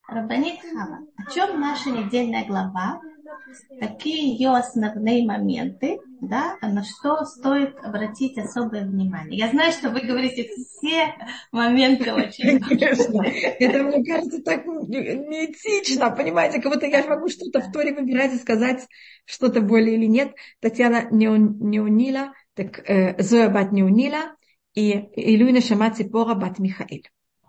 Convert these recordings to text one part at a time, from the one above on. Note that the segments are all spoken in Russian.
Рабанит Хава, о чем наша недельная глава? Какие ее основные моменты, да, на что стоит обратить особое внимание? Я знаю, что вы говорите все моменты очень Конечно. важные. Это, мне кажется, так неэтично, понимаете, как будто я же могу что-то в Торе выбирать и сказать что-то более или нет. Татьяна Неунила, так Зоя бат Неунила и Илюина Шама Ципора бат Михаэль.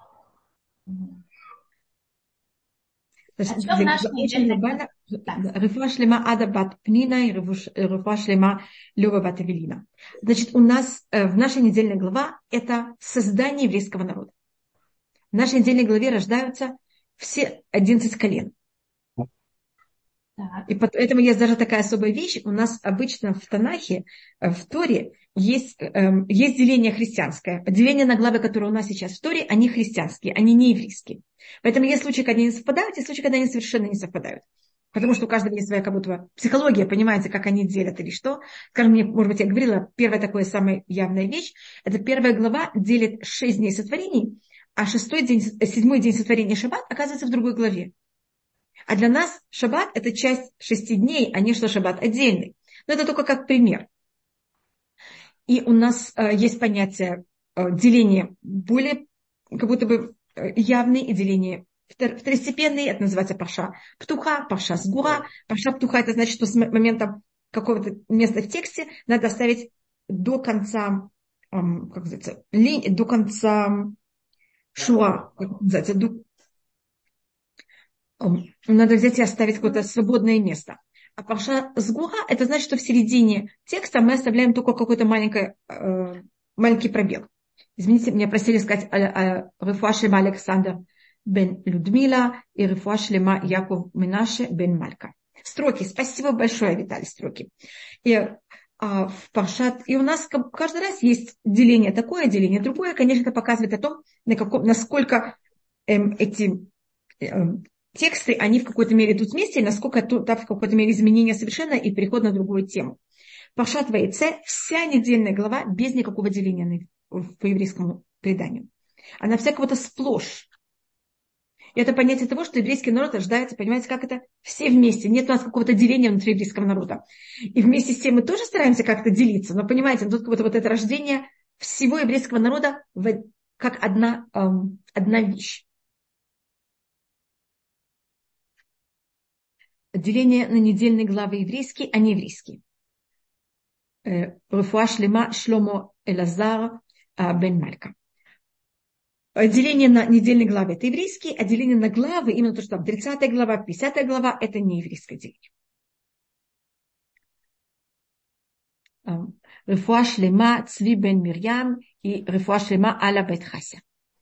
О чем наша Очень недельная глава? глобально. Да. Рефуа шлема Ада бат Пнина и рефуа шлема Люба бат Эвелина. Значит, у нас в нашей недельной глава это создание еврейского народа. В нашей недельной главе рождаются все 11 колен. Так. И поэтому есть даже такая особая вещь. У нас обычно в Танахе, в Торе, есть деление христианское. Деление на главы, которые у нас сейчас в Торе, они христианские, они не еврейские. Поэтому есть случаи, когда они не совпадают, есть случаи, когда они совершенно не совпадают. Потому что у каждого есть своя как будто психология, понимаете, как они делят или что. Скажем, мне, может быть, я говорила, первая такая самая явная вещь, это первая глава делит 6 дней сотворений, а 7-й день сотворения Шаббат оказывается в другой главе. А для нас шаббат – это часть 6 дней, а не что шаббат отдельный. Но это только как пример. И у нас есть понятие деления более как будто бы явные и деление второстепенные. Это называется парша птуха, парша сгура. Парша птуха – это значит, что с момента какого-то места в тексте надо оставить до конца, как называется, до конца шуа, как называется, надо взять и оставить какое-то свободное место. А парша сгура – это значит, что в середине текста мы оставляем только какой-то маленький пробел. Извините, меня просили сказать рефуа шлема Александр бен Людмила и рефуа шлема Яков Менаше бен Малька. Строки. Спасибо большое, Виталий, строки. И в паршат, и у нас каждый раз есть деление такое, деление другое. Конечно, это показывает о том, насколько эти тексты, они в какой-то мере идут вместе, и насколько там в какой-то мере изменения совершенно и переход на другую тему. Паршат Ваице, вся недельная глава без никакого деления по еврейскому преданию. Она вся как будто сплошь. И это понятие того, что еврейский народ рождается, понимаете, как это? Все вместе. Нет у нас какого-то деления внутри еврейского народа. И вместе с тем мы тоже стараемся как-то делиться. Но понимаете, тут как будто вот это рождение всего еврейского народа как одна вещь. Деление на недельные главы еврейские, а не еврейские. Рефуа шлема Шломо Элазар бен Малька. Деление на недельные главы – это еврейские, а деление на главы, именно то, что там 30 глава, 50 глава – это не еврейское деление. Рефуа шлема Цви бен Мирьям и рефуа шлема Аля бет Хася.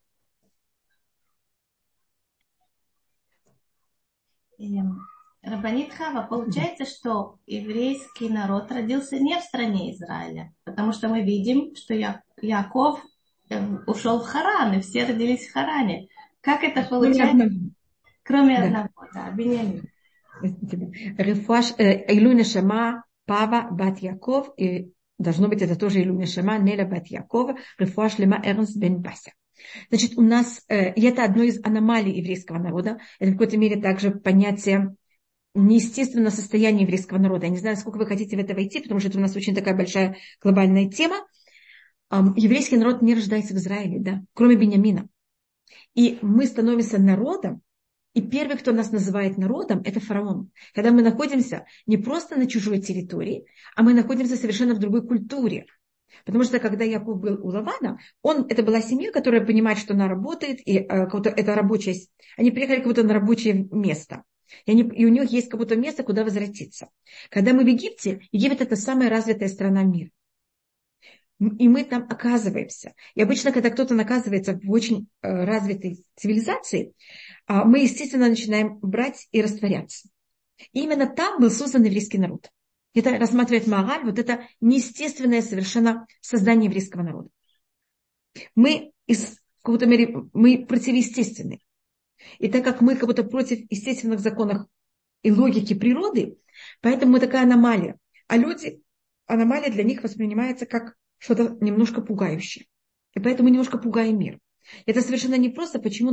Рабанит Хава, получается, что еврейский народ родился не в стране Израиля, потому что мы видим, что Яков ушел в Харан, и все родились в Харане. Как это получается? Кроме одного, да, Биньямин. Рефуаш Илю Нешама Пава бат Яков, и должно быть это тоже Илю Нешама Неля бат Якова, Рефуаш Лема Эрнст бен Бася. Значит, у нас, и это одно из аномалий еврейского народа, это в какой-то мере также понятие неестественного состояния еврейского народа. Я не знаю, сколько вы хотите в это войти, потому что это у нас очень такая большая глобальная тема. Еврейский народ не рождается в Израиле, да, кроме Биньямина. И мы становимся народом, и первый, кто нас называет народом, это фараон. Когда мы находимся не просто на чужой территории, а мы находимся совершенно в другой культуре. Потому что когда Яков был у Лавана, это была семья, которая понимает, что она работает, и это рабочая. Они приехали как будто на рабочее место. И у них есть как будто место, куда возвратиться. Когда мы в Египте, Египет – это самая развитая страна мира. И мы там оказываемся. И обычно, когда кто-то оказывается в очень развитой цивилизации, мы, естественно, начинаем брать и растворяться. И именно там был создан еврейский народ. Это рассматривает Маораль, вот это неестественное совершенно создание еврейского народа. Мы в какой-то мере мы противоестественны. И так как мы как будто против естественных законов и логики природы, поэтому мы такая аномалия. А люди, аномалия для них воспринимается как что-то немножко пугающее. И поэтому немножко пугаем мир. Это совершенно непросто, почему нас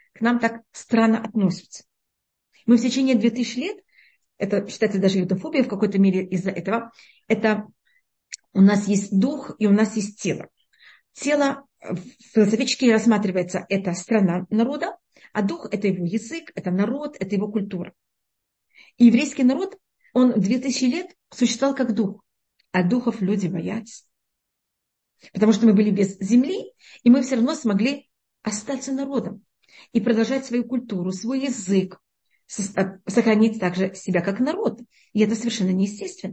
к нам так странно относятся. Мы в течение 2000 лет, это считается даже юдофобией в какой-то мере из-за этого, это у нас есть дух и у нас есть тело. Тело философически рассматривается, это страна народа, а дух – это его язык, это народ, это его культура. И еврейский народ, он 2000 лет существовал как дух, а духов люди боятся. Потому что мы были без земли, и мы все равно смогли остаться народом и продолжать свою культуру, свой язык, сохранить также себя как народ. И это совершенно неестественно.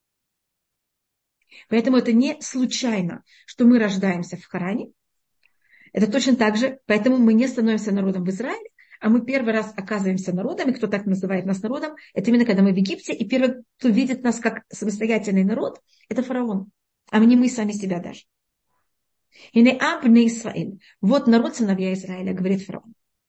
Поэтому это не случайно, что мы рождаемся в Харане. Это точно так же, поэтому мы не становимся народом в Израиле, а мы первый раз оказываемся народом, и кто так называет нас народом, это именно когда мы в Египте, и первый, кто видит нас как самостоятельный народ, это фараон, а не мы сами себя даже. И не абне Исраиль. Вот народ сыновья Израиля, говорит фараон.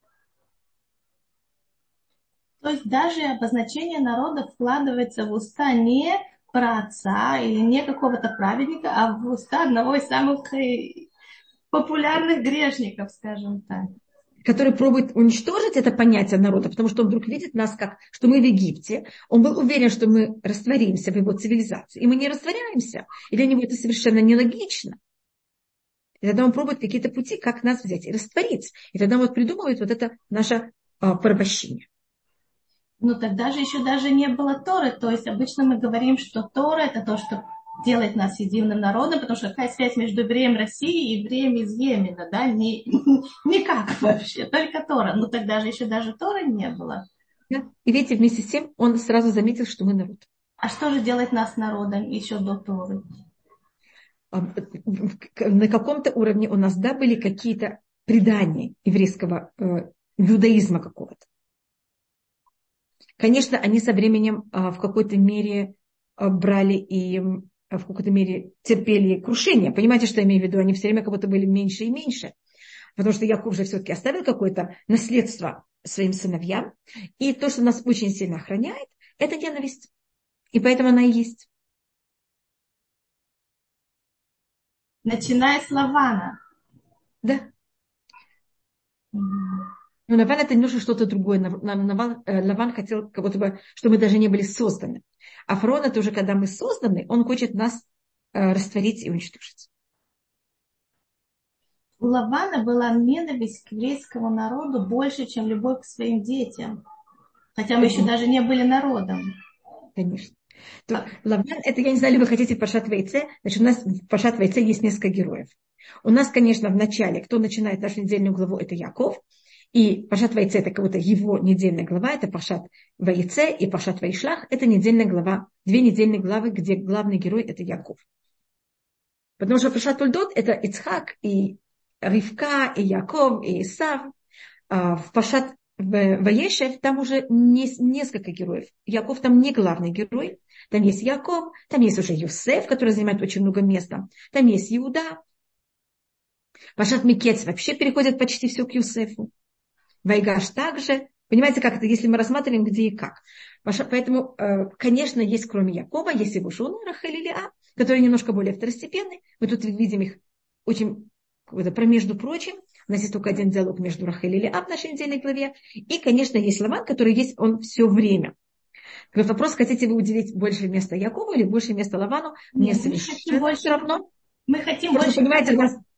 То есть даже обозначение народа вкладывается в уста не праотца или не какого-то праведника, а в уста одного из самых популярных грешников, скажем так. Который пробует уничтожить это понятие народа, потому что он вдруг видит нас как, что мы в Египте. Он был уверен, что мы растворимся в его цивилизации. И мы не растворяемся. И для него это совершенно нелогично. И тогда он пробует какие-то пути, как нас взять и растворить. И тогда он придумывает вот это наше порабощение. Но тогда же еще даже не было Торы. То есть обычно мы говорим, что Тора – это то, что делает нас единым народом, потому что какая связь между евреем России и евреем из Йемена, да? Никак вообще, только Тора. Но тогда же еще даже Торы не было. Да? И видите, вместе с тем он сразу заметил, что мы народ. А что же делает нас народом еще до Торы? На каком-то уровне у нас, да, были какие-то предания еврейского иудаизма какого-то. Конечно, они со временем в какой-то мере брали и в какой-то мере терпели крушение. Понимаете, что я имею в виду? Они все время как будто были меньше и меньше. Потому что Яков же все-таки оставил какое-то наследство своим сыновьям. И то, что нас очень сильно охраняет, это ненависть. И поэтому она и есть. Начиная с Лавана. Да. Но Лаван это немножко что-то другое. Лаван хотел, как будто бы, чтобы мы даже не были созданы. А фараон это уже когда мы созданы, он хочет нас растворить и уничтожить. У Лавана была ненависть к еврейскому народу больше, чем любовь к своим детям. Хотя мы еще даже не были народом. Конечно. Лаван, это, я не знаю, ли вы хотите Паршат Ваице. Значит, у нас в Паршат Ваице есть несколько героев. У нас, конечно, в начале, кто начинает нашу недельную главу, это Яков. И Паршат Ваице, это как будто его недельная глава, это Паршат Ваице и Паршат Ваишлах, это недельная глава, две недельные главы, где главный герой это Яков. Потому что Паршат Тольдот это Ицхак и Ривка, и Яков, и Исав. В Паршат Ваешев там уже несколько героев. Яков там не главный герой. Там есть Яков, там есть уже Йосеф, который занимает очень много места. Там есть Иуда. Паршат Микец вообще переходит почти все к Йосефу. Вайгаш также. Понимаете, как это, если мы рассматриваем, где и как. Поэтому, конечно, есть кроме Якова, есть его жены Рахель и Леа, которые немножко более второстепенные. Мы тут видим их очень между прочим. У нас есть только один диалог между Рахель и Леа в нашей недельной главе. И, конечно, есть Лаван, который есть он все время. Вопрос, хотите вы уделить больше места Якову или больше места Лавану? Мне совершенно все равно. Мы хотим просто, больше... Понимаете, у нас...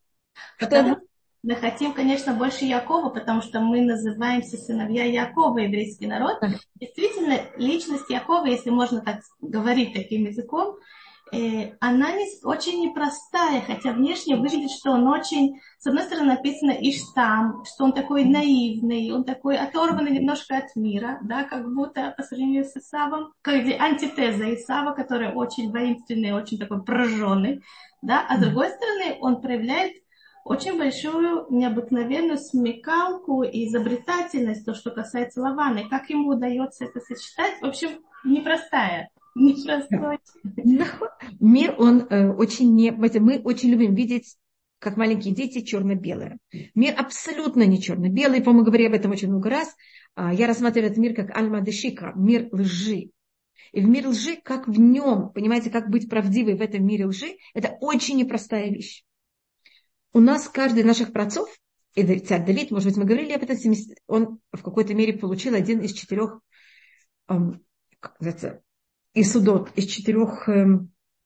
Мы хотим, конечно, больше Якова, потому что мы называемся сыновья Якова, еврейский народ. Действительно, личность Якова, если можно так говорить таким языком, она очень непростая, хотя внешне выглядит, что он очень, с одной стороны, написано Иштам, что он такой наивный, он такой оторванный немножко от мира, да, как будто по сравнению с Исавом, как антитеза Исава, который очень воинственный, очень такой прожженный, да, а с другой стороны, он проявляет очень большую необыкновенную смекалку и изобретательность, то, что касается Лавана, и как ему удается это сочетать, в общем, непростая. Непростой. Мир, он очень не... Мы очень любим видеть, как маленькие дети, черно-белое. Мир абсолютно не черно-белый. По-моему, говорили об этом очень много раз. Я рассматриваю этот мир как альма де шикра, мир лжи. И в мир лжи, как в нем, понимаете, как быть правдивой в этом мире лжи, это очень непростая вещь. У нас каждый из наших праотцов, и царь Давид, может быть, мы говорили об этом, он в какой-то мере получил один из 4, как называется, исудот, из 4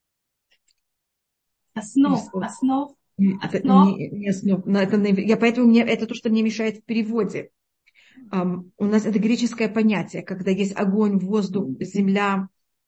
Основ. это Основ. не основ, но это, поэтому мне это то, что мне мешает в переводе. У нас это греческое понятие, когда есть огонь, воздух, земля.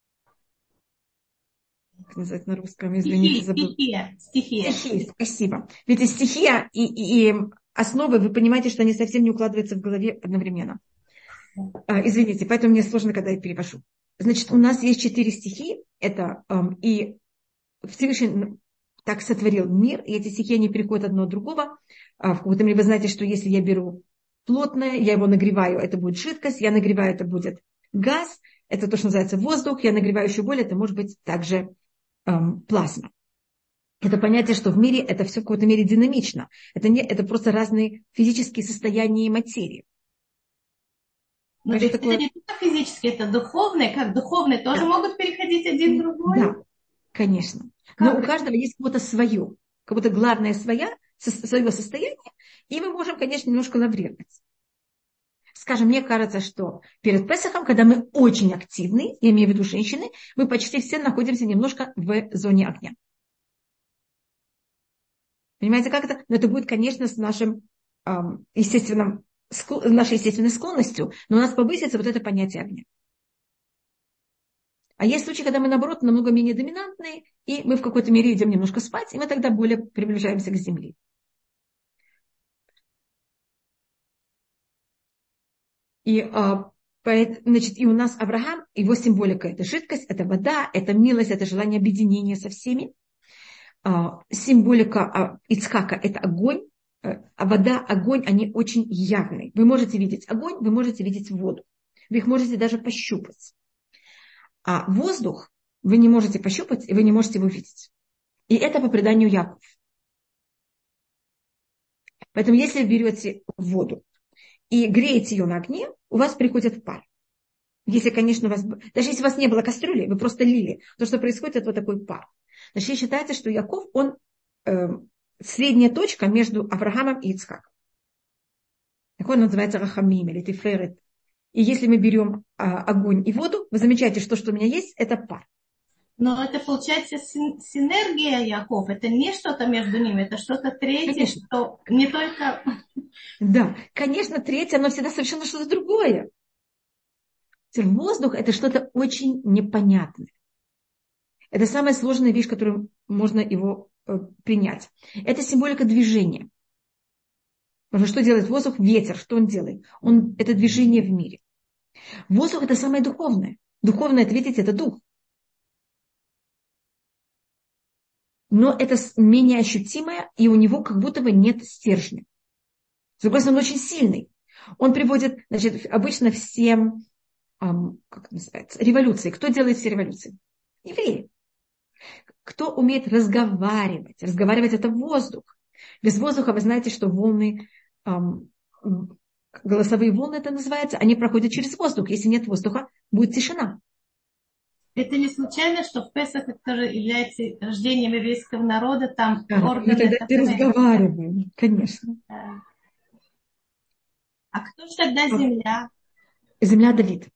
Как называется на русском? Извините, забыл. Стихия. Стихия, спасибо. Ведь и стихия, и основы, вы понимаете, что они совсем не укладываются в голове одновременно. Извините, поэтому мне сложно, когда я перевожу. Значит, у нас есть 4 стихии. Это и Всевышний так сотворил мир, и эти стихии, они переходят одно от другого. В какой-то мере вы знаете, что если я беру плотное, я его нагреваю, это будет жидкость, я нагреваю, это будет газ, это то, что называется воздух, я нагреваю еще более, это может быть также плазма. Это понятие, что в мире это все в какой-то мере динамично. Это просто разные физические состояния материи. Но ведь это не только физически, это духовное. Как духовные тоже могут переходить один в другой? Да, конечно. Но у каждого есть какое-то свое, как будто главное свое состояние, и мы можем, конечно, немножко лаврировать. Скажем, мне кажется, что перед Песахом, когда мы очень активны, я имею в виду женщины, мы почти все находимся немножко в зоне огня. Понимаете, как это? Но это будет, конечно, с нашей естественной склонностью, но у нас повысится вот это понятие огня. А есть случаи, когда мы, наоборот, намного менее доминантные, и мы в какой-то мере идем немножко спать, и мы тогда более приближаемся к земле. И, значит, и у нас Авраам, его символика – это жидкость, это вода, это милость, это желание объединения со всеми. Символика Ицхака – это огонь, а вода, огонь, они очень явные. Вы можете видеть огонь, вы можете видеть воду. Вы их можете даже пощупать. А воздух вы не можете пощупать, и вы не можете его видеть. И это по преданию Яков. Поэтому если вы берете воду и греете ее на огне, у вас приходит пар. Если, конечно, у вас... Даже если у вас не было кастрюли, вы просто лили, то, что происходит, это вот такой пар. Значит, считается, что Яков, он средняя точка между Авраамом и Ицхаком. Такой он называется Рахамим или Тиферет. И если мы берем огонь и воду, вы замечаете, что у меня есть, это пар. Но это получается синергия, Яков. Это не что-то между ними, это что-то третье, конечно. Что не только... Да, конечно, третье, но всегда совершенно что-то другое. Воздух – это что-то очень непонятное. Это самая сложная вещь, которую можно его принять. Это символика движения. Потому что делает воздух? Ветер. Что он делает? Это движение в мире. Воздух – это самое духовное. Духовное, это, видите, это дух. Но это менее ощутимое, и у него как будто бы нет стержня. С другой стороны, он очень сильный. Он приводит, значит, обычно все, как это называется, революции. Кто делает все революции? Евреи. Кто умеет разговаривать? Разговаривать – это воздух. Без воздуха вы знаете, что волны, голосовые волны это называется, они проходят через воздух. Если нет воздуха, будет тишина. Это не случайно, что в Песах это тоже является рождением еврейского народа, там да, органы... Мы тогда и разговариваем, конечно. Да. А кто же тогда земля? Земля Давид.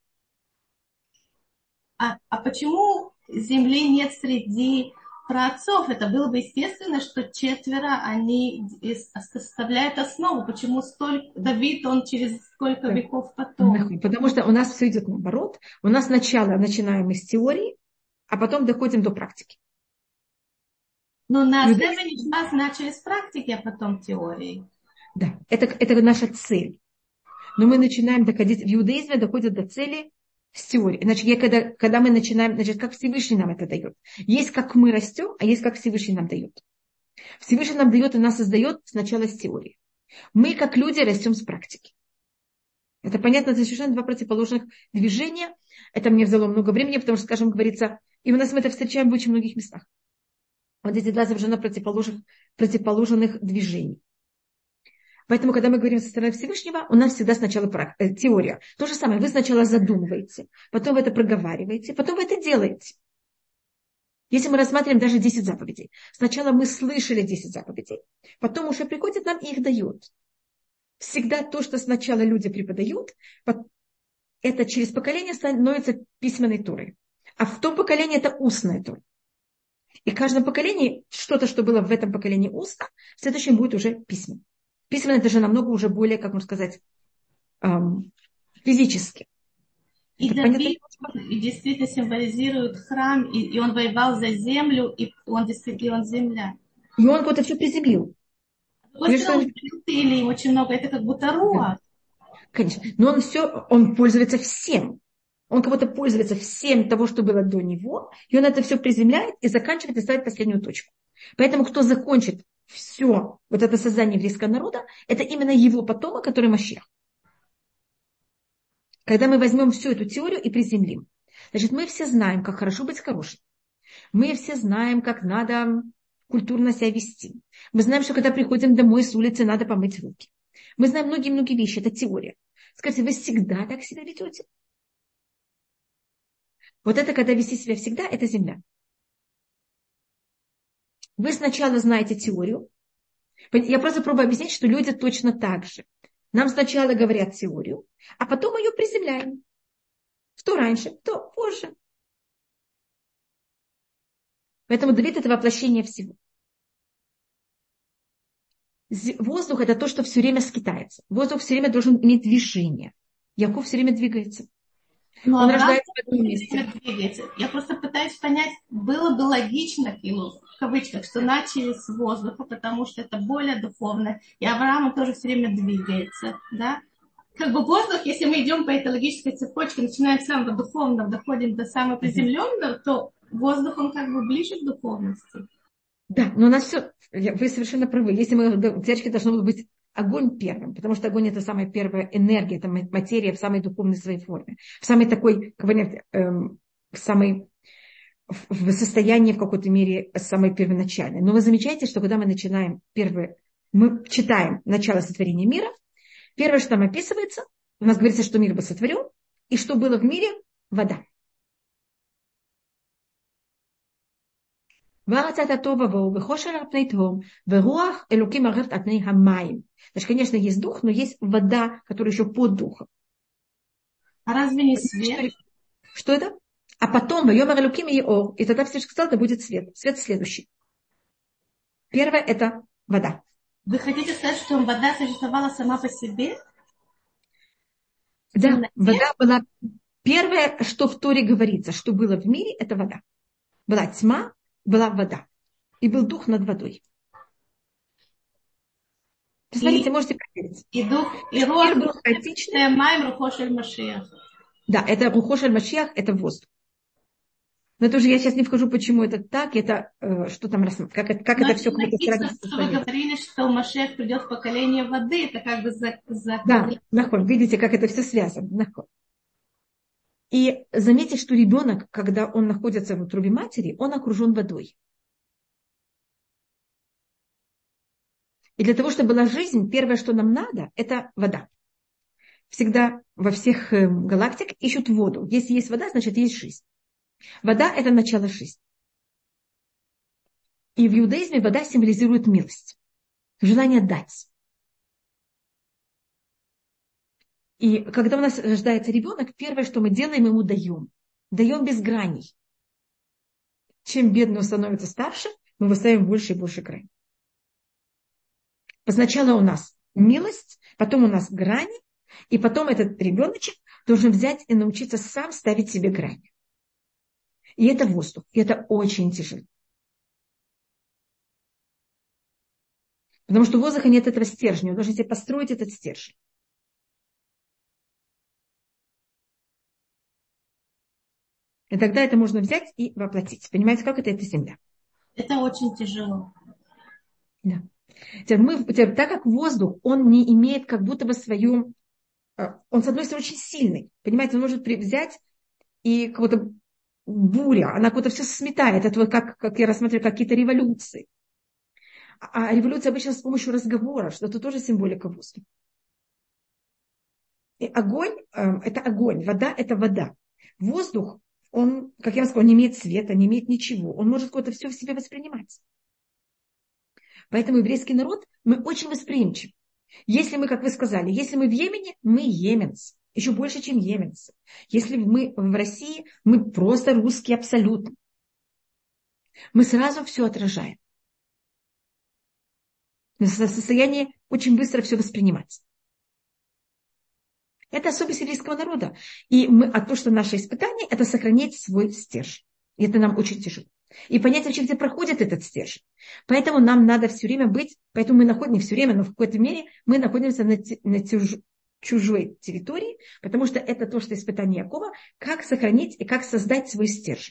А почему земли нет среди праотцов? Это было бы естественно, что 4, они составляют основу. Почему Давид, он через сколько веков потом? Потому что у нас все идет наоборот. У нас сначала начинаем с теории, а потом доходим до практики. Но на основе нас начали с практики, а потом теории. Да, это наша цель. Но мы начинаем доходить, в иудаизме доходят до цели с теории. Значит, когда мы начинаем, значит, как Всевышний нам это дает. Есть как мы растем, а есть как Всевышний нам дает. Всевышний нам дает и нас создает сначала с теории. Мы, как люди, растем с практики. Это понятно, это совершенно 2 противоположных движения. Это мне взяло много времени, потому что, скажем, говорится, и у нас мы это встречаем в очень многих местах. Вот эти 2 совершенно противоположных движений. Поэтому, когда мы говорим со стороны Всевышнего, у нас всегда сначала теория. То же самое, вы сначала задумываете, потом вы это проговариваете, потом вы это делаете. Если мы рассматриваем даже 10 заповедей. Сначала мы слышали 10 заповедей, потом уже приходит нам и их дают. всегда то, что сначала люди преподают, это через поколение становится письменной Торой. А в том поколении это устная Тора. И в каждом поколении что-то, что было в этом поколении устно, в следующем будет уже письменно. Письменно это же намного уже более, как можно сказать, физически. И Это понятно? Давид действительно символизирует храм, и он воевал за землю, и он действительно, и он земля. И он вот это все приземлил. С другой стороны, им очень много, это как будто руа. Конечно. Но он пользуется всем. Он как будто пользуется всем того, что было до него, и он это все приземляет и заканчивает и ставит последнюю точку. Поэтому кто закончит все вот это создание еврейского народа, это именно его потомок, который Машиах. Когда мы возьмем всю эту теорию и приземлим. Значит, мы все знаем, как хорошо быть хорошим. Мы все знаем, как надо культурно себя вести. Мы знаем, что когда приходим домой с улицы, надо помыть руки. Мы знаем многие-многие вещи. Это теория. Скажите, вы всегда так себя ведете? Вот это, когда вести себя всегда, это земля. Вы сначала знаете теорию. Я просто пробую объяснить, что люди точно так же. Нам сначала говорят теорию, а потом ее приземляем. Что раньше, то позже. Поэтому Давид – это воплощение всего. Воздух – это то, что все время скитается. Воздух все время должен иметь движение. Яков все время двигается. Но Он Авраам рождается в одном месте. двигается. Я просто пытаюсь понять, было бы логично, в кавычках, что начали с воздуха, потому что это более духовно. И Авраам тоже все время двигается. Да? Как бы воздух, если мы идем по этой логической цепочке, начинаем с самого духовного, доходим до самого приземленного, то воздух, он как бы ближе к духовности. Да, но у нас все, вы совершенно правы. Если мы, девочки, должно быть огонь первым, потому что огонь – это самая первая энергия, это материя в самой духовной своей форме, в самой такой, в состоянии в какой-то мере самой первоначальной. Но вы замечаете, что когда мы начинаем мы читаем начало сотворения мира, первое, что там описывается, у нас говорится, что мир был сотворен, и что было в мире – вода. Значит, конечно, есть дух, но есть вода, которая еще под духом. А разве не свет? Что это? А потом, и тогда Всевышний сказал, это будет свет. Свет следующий. Первое – это вода. Вы хотите сказать, что вода существовала сама по себе? Да, вода была... Первое, что в Торе говорится, что было в мире, это вода. Была тьма, была вода. И был дух над водой. Посмотрите, можете проверить. И дух, и мир был хаотичный. Да, это Рухош аль-Машиах, это воздух. Но тоже я сейчас не вхожу, почему это так, это что там, как это все написано, что вы говорили, что Машиах придет в поколение воды, это как бы Да, нахуй. Видите, как это все связано. Нахуй. И заметьте, что ребенок, когда он находится в утробе матери, он окружен водой. И для того, чтобы была жизнь, первое, что нам надо, это вода. Всегда во всех галактиках ищут воду. Если есть вода, значит есть жизнь. Вода – это начало жизни. И в иудаизме вода символизирует милость, желание дать. И когда у нас рождается ребенок, первое, что мы делаем, ему даем. Даем без граней. Чем бедный становится старше, мы выставим больше и больше граней. Сначала у нас милость, потом у нас грани, и потом этот ребеночек должен взять и научиться сам ставить себе грани. И это воздух, и это очень тяжело. Потому что у воздуха нет этого стержня, он должен себе построить этот стержень. И тогда это можно взять и воплотить. Понимаете, как это земля? Это очень тяжело. Да. Теперь, так как воздух, он не имеет как будто бы свою... Он, с одной стороны, очень сильный. Понимаете, он может взять и как-то буря, она как-то все сметает. Это вот как я рассматриваю, какие-то революции. А революция обычно с помощью разговора, что это тоже символика воздуха. И огонь – это огонь, вода – это вода. Воздух, он, как я вам сказала, не имеет цвета, не имеет ничего. Он может как-то все в себе воспринимать. Поэтому еврейский народ, мы очень восприимчивы. Если мы, как вы сказали, если мы в Йемене, мы йеменцы. Еще больше, чем йеменцы. Если мы в России, мы просто русские абсолютно. Мы сразу все отражаем. Мы в состоянии очень быстро все воспринимать. Это особенность еврейского народа. А то, что наше испытание, это сохранить свой стержень. И это нам очень тяжело. И понять вообще, где проходит этот стержень. Поэтому нам надо все время быть, поэтому мы находимся, не все время, но в какой-то мере мы находимся на чужой территории, потому что это то, что испытание Якова, как сохранить и как создать свой стержень.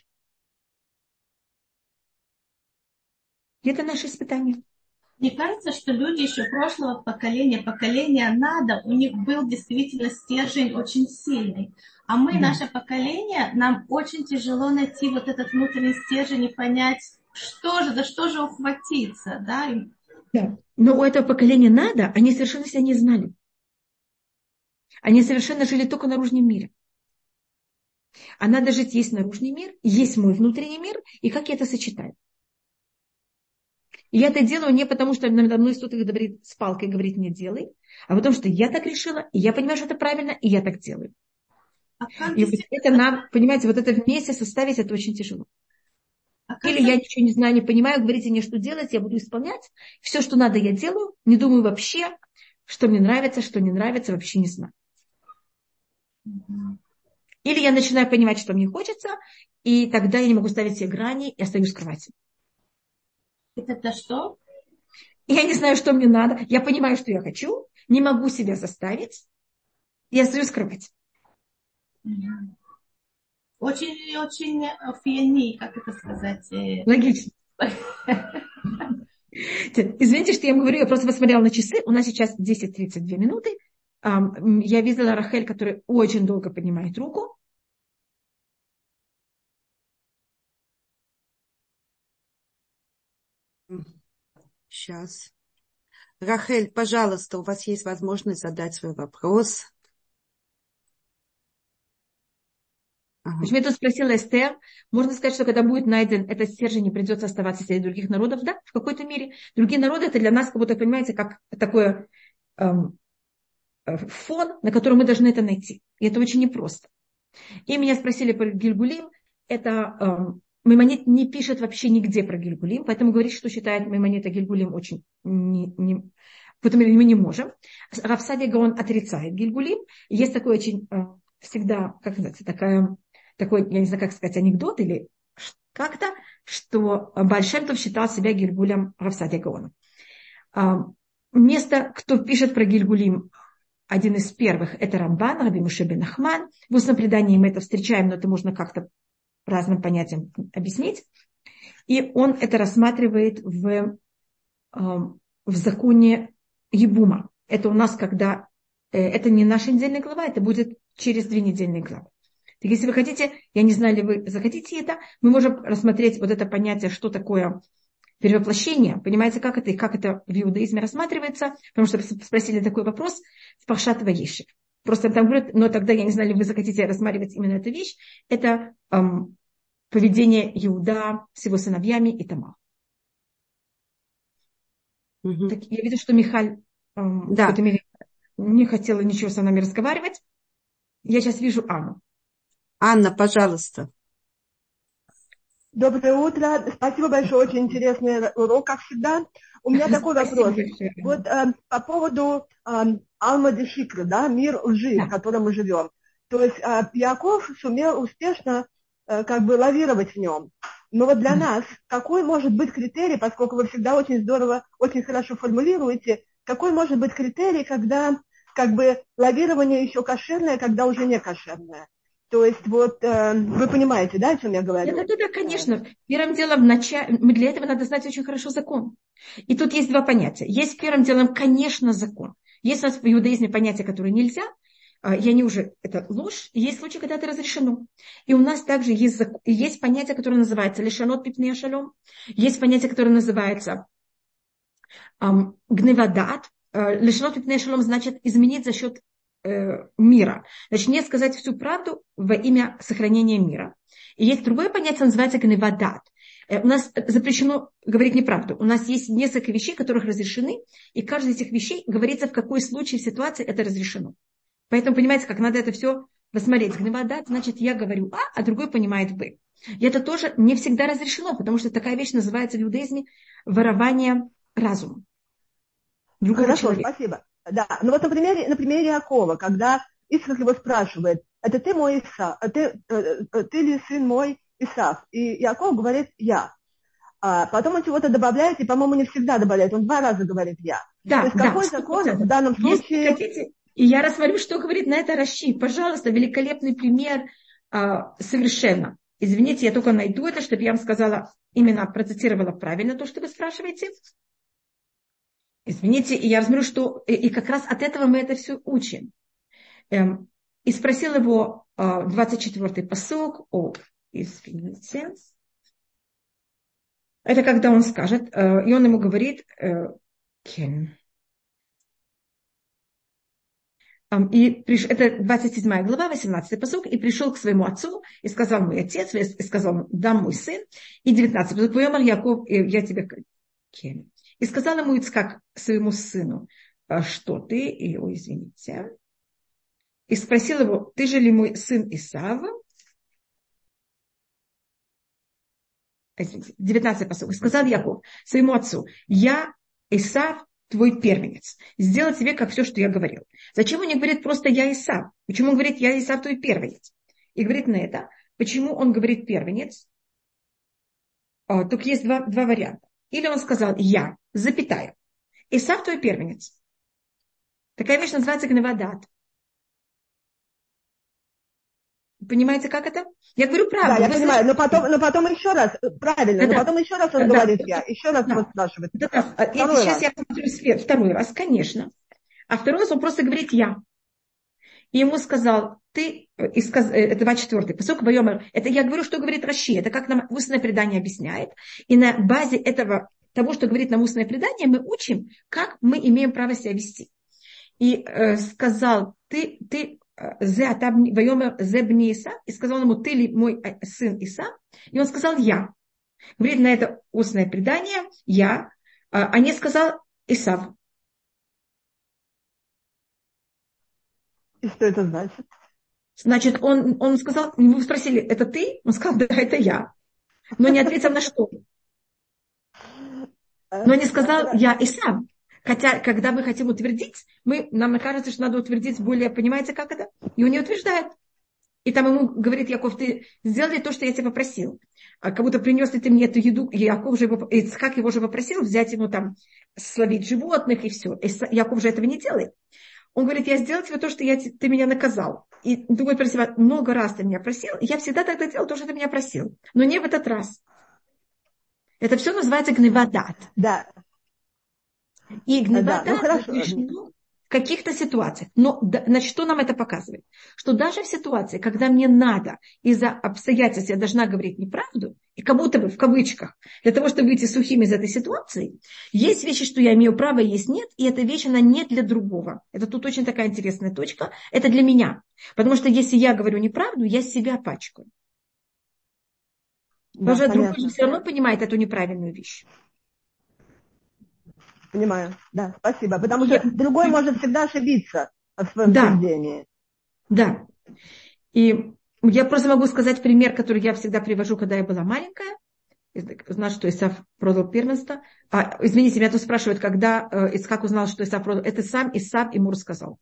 И это наше испытание. Мне кажется, что люди еще прошлого поколения надо, у них был действительно стержень очень сильный. А мы, наше поколение, нам очень тяжело найти вот этот внутренний стержень и понять, за что же ухватиться. Да? Да. Но у этого поколения надо, они совершенно себя не знали. Они совершенно жили только в наружном мире. А надо жить, есть наружный мир, есть мой внутренний мир, и как я это сочетаю. И я это делаю не потому, что надо мной кто-то говорит с палкой, говорит, не делай, а потому что я так решила, и я понимаю, что это правильно, и я так делаю. И вот это нам, понимаете, вот это вместе составить, это очень тяжело. Или я ничего не знаю, не понимаю, говорите мне, что делать, я буду исполнять. Все, что надо, я делаю, не думаю вообще, что мне нравится, что не нравится, вообще не знаю. Или я начинаю понимать, что мне хочется, и тогда я не могу ставить себе грани и остаюсь в кровати. Это что? Я не знаю, что мне надо. Я понимаю, что я хочу, не могу себя заставить, и остаюсь в кровати. Очень фиани, как это сказать? Логично. Извините, что я вам говорю, я просто посмотрела на часы. У нас сейчас 10:32 минуты. Я видела Рахель, которая очень долго поднимает руку. Сейчас. Рахель, пожалуйста, у вас есть возможность задать свой вопрос. Ага. Я тут спросила Эстер, можно сказать, что когда будет найден этот стержень, не придется оставаться среди других народов? Да, в какой-то мере. Другие народы, это для нас, как будто, понимаете, как такой фон, на котором мы должны это найти. И это очень непросто. И меня спросили про Гильгулим. Это Маймонид не пишет вообще нигде про Гильгулим, поэтому говорить, что считает Маймонид о Гильгулим, очень в этом мере мы не можем. Рав Садия Гаон отрицает Гильгулим. Есть такой очень всегда, как называется, такой, я не знаю, как сказать, анекдот или как-то, что Бааль Шем Тов считал себя Гильгулем Рав Садия Гаона. Место, кто пишет про Гильгулим, один из первых, это Рамбан, Раби Моше бен Нахман. В устном предании мы это встречаем, но это можно как-то разным понятиям объяснить. И он это рассматривает в законе Ебума. Это у нас, когда... Это не наша недельная глава, это будет через 2 недельные главы. Так если вы хотите, я не знаю, ли вы захотите это, мы можем рассмотреть вот это понятие, что такое перевоплощение. Понимаете, как это и как это в иудаизме рассматривается? Потому что спросили такой вопрос в Паршат Ваешев. Просто там говорят, но тогда я не знаю, ли вы захотите рассматривать именно эту вещь. Это поведение Иуда с его сыновьями и Тамар. Так, я вижу, что Михаль в какой-то мере не хотела ничего со нами разговаривать. Я сейчас вижу Анну. Анна, пожалуйста. Доброе утро. Спасибо большое. Очень интересный урок, как всегда. У меня такой вопрос. Вот по поводу Алма де Шикра, да, мир лжи, в котором мы живем. То есть Яков сумел успешно как бы лавировать в нем. Но вот для нас какой может быть критерий, поскольку вы всегда очень здорово, очень хорошо формулируете, какой может быть критерий, когда как бы лавирование еще кошерное, когда уже не кошерное? То есть вот вы понимаете, да, о чем я говорю? Да, конечно. Первым делом, для этого надо знать очень хорошо закон. И тут есть 2 понятия. Есть первым делом, конечно, закон. Есть у нас в иудаизме понятия, которые нельзя, и они уже, это ложь, и есть случаи, когда это разрешено. И у нас также есть понятие, которое называется лешанот пипней шалом, есть понятие, которое называется гневадат. Лешанот пипней шалом значит изменить за счет мира. Значит, не сказать всю правду во имя сохранения мира. И есть другое понятие, называется гневадат. У нас запрещено говорить неправду. У нас есть несколько вещей, которых разрешены, и каждая из этих вещей говорится, в какой случае, в ситуации это разрешено. Поэтому, понимаете, как надо это все посмотреть. Гневадат, значит, я говорю А, а другой понимает Б. И это тоже не всегда разрешено, потому что такая вещь называется в иудаизме ворование разума. Хорошо, Человека. спасибо. Да, ну вот на примере Иакова, когда Ицхак его спрашивает, это ты мой Исав, ты ли сын мой Исав? И Иаков говорит, я. А потом он чего-то добавляет, и, по-моему, не всегда добавляет, он 2 раза говорит я. Да, то есть да, какой закон в данном Если случае... хотите, и я рассмотрю, что говорит на это Раши. Пожалуйста, великолепный пример совершенно. Извините, я только найду это, чтобы я вам сказала, именно процитировала правильно то, что вы спрашиваете. Извините, и я разберу, что... И как раз от этого мы это все учим. И спросил его 24-й пасук, извините. Это когда он скажет, и он ему говорит, это 27 глава, 18 пасук, и пришел к своему отцу, и сказал мой отец, и сказал, да, мой сын, и 19 пасук, «Ваёмар Яков, я тебе...» И сказал ему Ицхак своему сыну, что ты, извините, и спросил его, ты же ли мой сын Исав? 19 пасук. И сказал Яков своему отцу, я Исав, твой первенец. Сделал тебе как все, что я говорил. Зачем он не говорит просто я Исав? Почему он говорит я Исав, твой первенец? И говорит на это. Почему он говорит первенец? Только есть два варианта. Или он сказал я, запятая. Исав, твой первенец. Такая вещь называется гневадат. Понимаете, как это? Я говорю правду. Да, я понимаю, но потом еще раз, правильно, но потом еще раз он говорит я, еще раз его спрашивает. Сейчас я посмотрю свет, второй раз, конечно. А второй раз он просто говорит я. И ему сказал, это 24-й пасук, это я говорю, что говорит Раши, это как нам устное предание объясняет. И на базе того, что говорит нам устное предание, мы учим, как мы имеем право себя вести. И сказал, ты и сказал ему, ты ли мой сын Исав? И он сказал, я. Говорит на это устное предание, я, а не сказал Исав. И что это значит? Значит, он сказал, вы спросили, это ты? Он сказал, да, это я. Но не ответил на что. Но не сказал, я Исав. Хотя, когда мы хотим утвердить, нам кажется, что надо утвердить более, понимаете, как это? И он не утверждает. И там ему говорит Яков, ты сделай то, что я тебя попросил. Как будто принес ли ты мне эту еду. Ицхак его же попросил взять ему там, словить животных и все. Яков же этого не делает. Он говорит, я сделал тебе то, что ты меня наказал. И другой просил, много раз ты меня просил. И я всегда тогда делал то, что ты меня просил. Но не в этот раз. Это все называется гневадат. Да. И гневадат разрешено в каких-то ситуациях. Но значит, что нам это показывает? Что даже в ситуации, когда мне надо из-за обстоятельств, я должна говорить неправду, и как будто бы в кавычках, для того, чтобы выйти сухим из этой ситуации, есть вещи, что я имею право, есть нет, и эта вещь, она не для другого. Это тут очень такая интересная точка. Это для меня. Потому что если я говорю неправду, я себя пачкаю. Да, потому что другой же все равно понимает эту неправильную вещь. Понимаю, да, спасибо. Потому что другой может всегда ошибиться в своем суждении. Да. И я просто могу сказать пример, который я всегда привожу, когда я была маленькая. Знаю, что Исав продал первенство. Извините, меня тут спрашивают, когда Ицхак узнал, что Исав продал. Это сам Исав ему рассказал.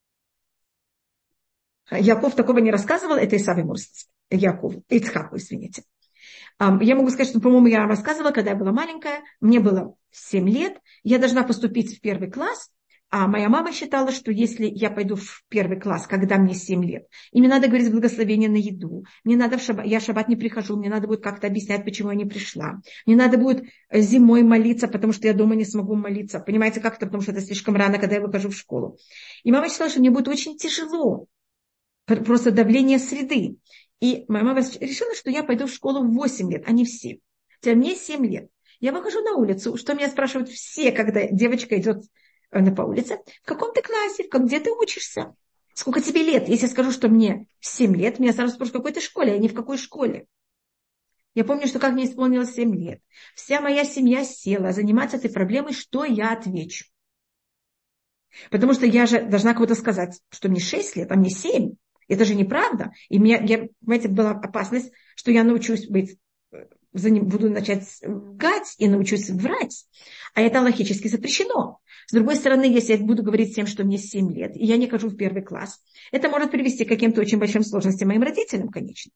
Яков такого не рассказывал, это Исав ему рассказал. Ицхаку, извините. Я могу сказать, что, по-моему, я рассказывала, когда я была маленькая, мне было 7 лет, я должна поступить в 1 класс, а моя мама считала, что если я пойду в 1 класс, когда мне 7 лет, и мне надо говорить благословение на еду, мне надо я в шаббат не прихожу, мне надо будет как-то объяснять, почему я не пришла, мне надо будет зимой молиться, потому что я дома не смогу молиться, понимаете, как-то, потому что это слишком рано, когда я выхожу в школу. И мама считала, что мне будет очень тяжело, просто давление среды. И моя мама решила, что я пойду в школу в 8 лет, а не в 7. Хотя мне 7 лет. Я выхожу на улицу, что меня спрашивают все, когда девочка идет по улице. В каком ты классе? Где ты учишься? Сколько тебе лет? Если я скажу, что мне 7 лет, меня сразу спрашивают, в какой ты школе, а не в какой школе. Я помню, что как мне исполнилось 7 лет. Вся моя семья села заниматься этой проблемой, что я отвечу. Потому что я же должна кому-то сказать, что мне 6 лет, а мне 7. Это же неправда. И понимаете, была опасность, что я научусь буду начать лгать и научусь врать. А это логически запрещено. С другой стороны, если я буду говорить всем, что мне 7 лет, и я не хожу в 1 класс, это может привести к каким-то очень большим сложностям моим родителям, конечно.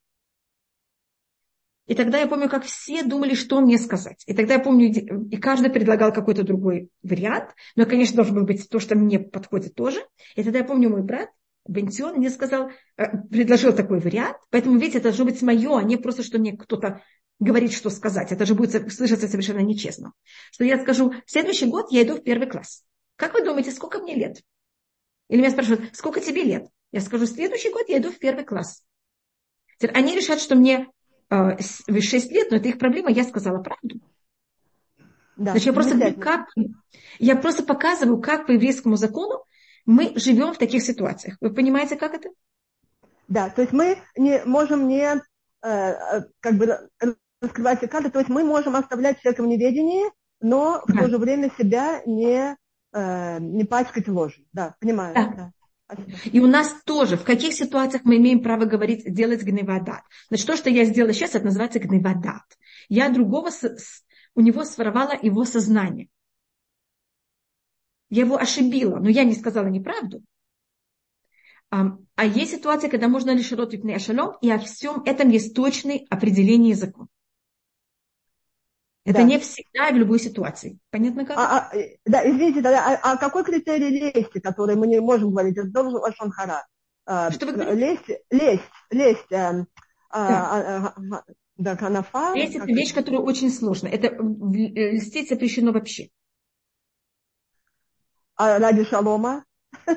И тогда я помню, как все думали, что мне сказать. И тогда я помню, и каждый предлагал какой-то другой вариант. Но, конечно, должно быть то, что мне подходит тоже. И тогда я помню, мой брат Бентион мне предложил такой вариант. Поэтому, видите, это должно быть мое, а не просто, что мне кто-то говорит, что сказать. Это же будет слышаться совершенно нечестно. Что я скажу, в следующий год я иду в 1 класс. Как вы думаете, сколько мне лет? Или меня спрашивают, сколько тебе лет? Я скажу, в следующий год я иду в 1 класс. Теперь они решат, что мне 6 лет, но это их проблема, я сказала правду. Да, Значит, я просто показываю, как по еврейскому закону мы живем в таких ситуациях. Вы понимаете, как это? Да, то есть мы можем не раскрывать секреты, то есть мы можем оставлять человека в неведении, но в то же время себя не пачкать ложью. Да, понимаю. Да. И у нас тоже, в каких ситуациях мы имеем право делать гневадат. Значит, то, что я сделала сейчас, это называется гневадат. Я у него своровала его сознание. Я его ошибила, но я не сказала неправду. А есть ситуация, когда можно лишь ротвипный ашалом, и о всем этом есть точное определение языком. Это не всегда и в любой ситуации. Понятно как? Да, извините, а какой критерий лести, который мы не можем говорить? Это тоже лашон хара. Что вы говорите? Лесть. Канафа. Лесть – это вещь, которая очень сложная. Льстить запрещено вообще. А ради шалома?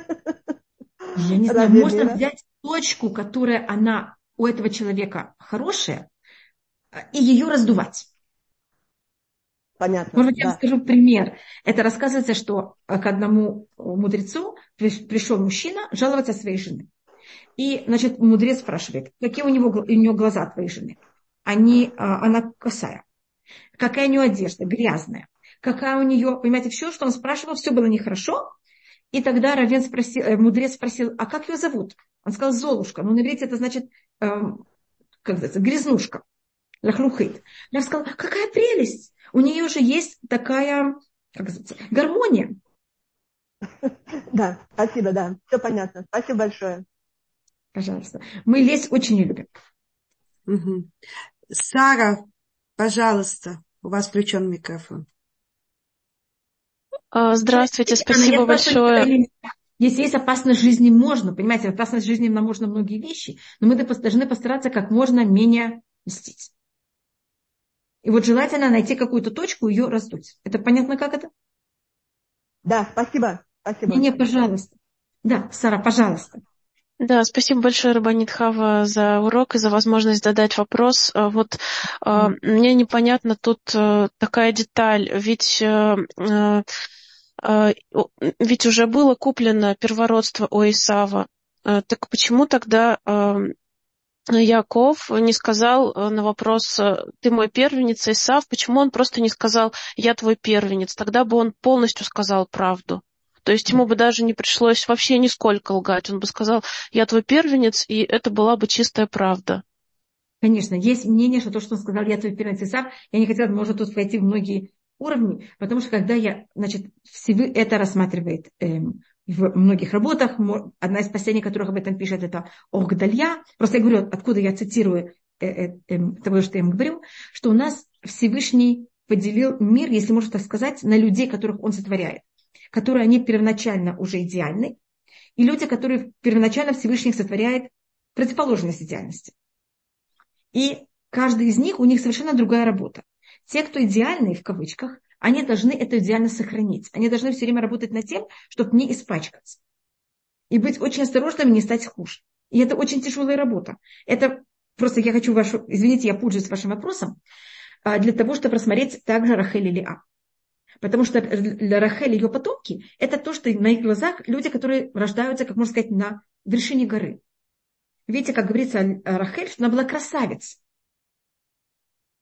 Я не знаю, можно взять точку, которая у этого человека хорошая, и ее раздувать. Понятно. Может быть, я вам скажу пример. Это рассказывается, что к одному мудрецу пришел мужчина жаловаться своей жене. И, значит, мудрец спрашивает, какие у нее глаза твоей жены? Она косая. Какая у нее одежда? Грязная. Какая у нее... Понимаете, все, что он спрашивал, все было нехорошо. И тогда мудрец спросил, а как ее зовут? Он сказал, Золушка. Ну, на иврите это значит, грязнушка. Лахлухит. Я сказала, какая прелесть! У нее же есть такая, гармония. Да, спасибо, да. Все понятно. Спасибо большое. Пожалуйста. Мы лесть очень не любим. Угу. Сара, пожалуйста, у вас включен микрофон. Здравствуйте, спасибо большое. Если есть опасность жизни, можно, понимаете, опасность жизни нам можно многие вещи, но мы должны постараться как можно менее мстить. И вот желательно найти какую-то точку и ее раздуть. Это понятно, как это? Да, спасибо. Не, пожалуйста. Да, Сара, пожалуйста. Да, спасибо большое, Рабанит Хава, за урок и за возможность задать вопрос. Вот мне непонятно тут такая деталь, ведь уже было куплено первородство у Исава. Так почему тогда Яков не сказал на вопрос «ты мой первенец, Исав», почему он просто не сказал «я твой первенец», тогда бы он полностью сказал правду. То есть ему бы даже не пришлось вообще нисколько лгать, он бы сказал «я твой первенец», и это была бы чистая правда. Конечно, есть мнение, что то, что он сказал «я твой первенец, Исав», я не хотела, может тут войти в многие уровни, потому что когда это рассматривает в многих работах. Одна из последних, которых об этом пишет, это Ох-Гдалья. Просто я говорю, откуда я цитирую того, что я им говорю, что у нас Всевышний поделил мир, если можно так сказать, на людей, которых он сотворяет, которые они первоначально уже идеальны, и люди, которые первоначально Всевышний сотворяет противоположность идеальности. И каждый из них, у них совершенно другая работа. Те, кто идеальные, в кавычках, они должны это идеально сохранить. Они должны все время работать над тем, чтобы не испачкаться. И быть очень осторожными, не стать хуже. И это очень тяжелая работа. Это просто я хочу извините, я пользуюсь вашим вопросом, для того, чтобы рассмотреть также Рахель и Леа. Потому что для Рахель и ее потомки, это то, что на их глазах люди, которые рождаются, как можно сказать, на вершине горы. Видите, как говорится о Рахель, что она была красавицей.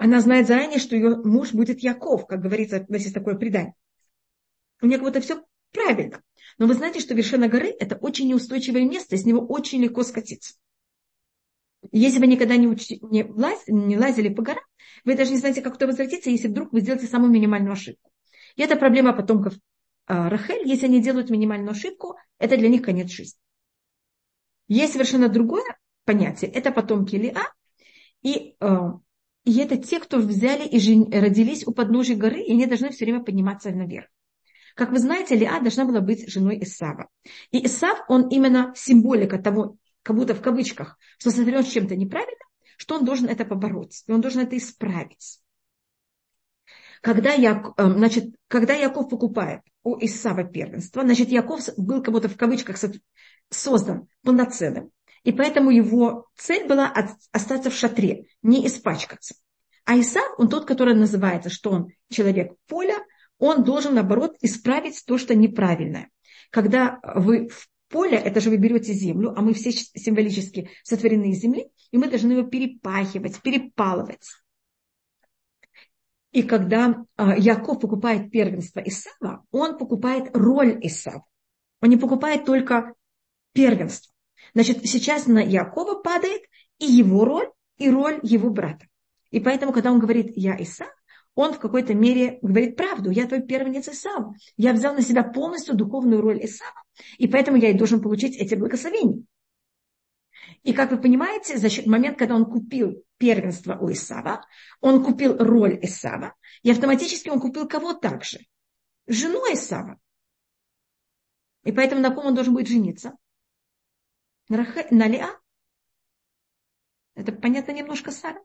Она знает заранее, что ее муж будет Яков, как говорится, у нас есть такое предание. У нее как будто все правильно. Но вы знаете, что вершина горы – это очень неустойчивое место, и с него очень легко скатиться. Если вы никогда не лазили по горам, вы даже не знаете, как туда возвратиться, если вдруг вы сделаете самую минимальную ошибку. И это проблема потомков Рахель. Если они делают минимальную ошибку, это для них конец жизни. Есть совершенно другое понятие. Это потомки Леа. И это те, кто взяли и родились у подножия горы, и они должны все время подниматься наверх. Как вы знаете, Леа должна была быть женой Исава. И Исав, он именно символика того, как будто в кавычках, что сотворен с чем-то неправильным, что он должен это побороть, и он должен это исправить. Когда Яков покупает у Исава первенство, значит, Яков был как будто в кавычках создан полноценным. И поэтому его цель была остаться в шатре, не испачкаться. А Исав, он тот, который называется, что он человек поля, он должен, наоборот, исправить то, что неправильное. Когда вы в поле, это же вы берете землю, а мы все символически сотворены из земли, и мы должны его перепахивать, перепалывать. И когда Яков покупает первенство Исава, он покупает роль Исава. Он не покупает только первенство. Значит, сейчас на Якова падает и его роль, и роль его брата. И поэтому, когда он говорит «я Исав», он в какой-то мере говорит правду. Я твой первенец Исава. Я взял на себя полностью духовную роль Исава, и поэтому я и должен получить эти благословения. И, как вы понимаете, за счет момента, когда он купил первенство у Исава, он купил роль Исава, и автоматически он купил кого также? Жену Исава. И поэтому на ком он должен будет жениться? На Леа. Это понятно немножко, Сара?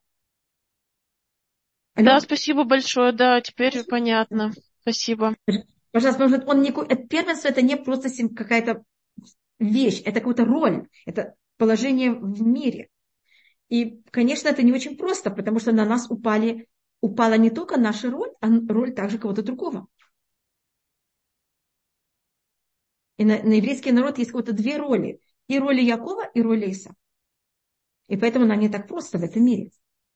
Да, спасибо большое, да, теперь понятно. Спасибо. Пожалуйста, первенство это не просто какая-то вещь, это какая-то роль, это положение в мире. И, конечно, это не очень просто, потому что на нас упала не только наша роль, а роль также кого-то другого. И на еврейский народ есть какие-то две роли. И роли Якова, и роли Иса. И поэтому нам не так просто в этом мире.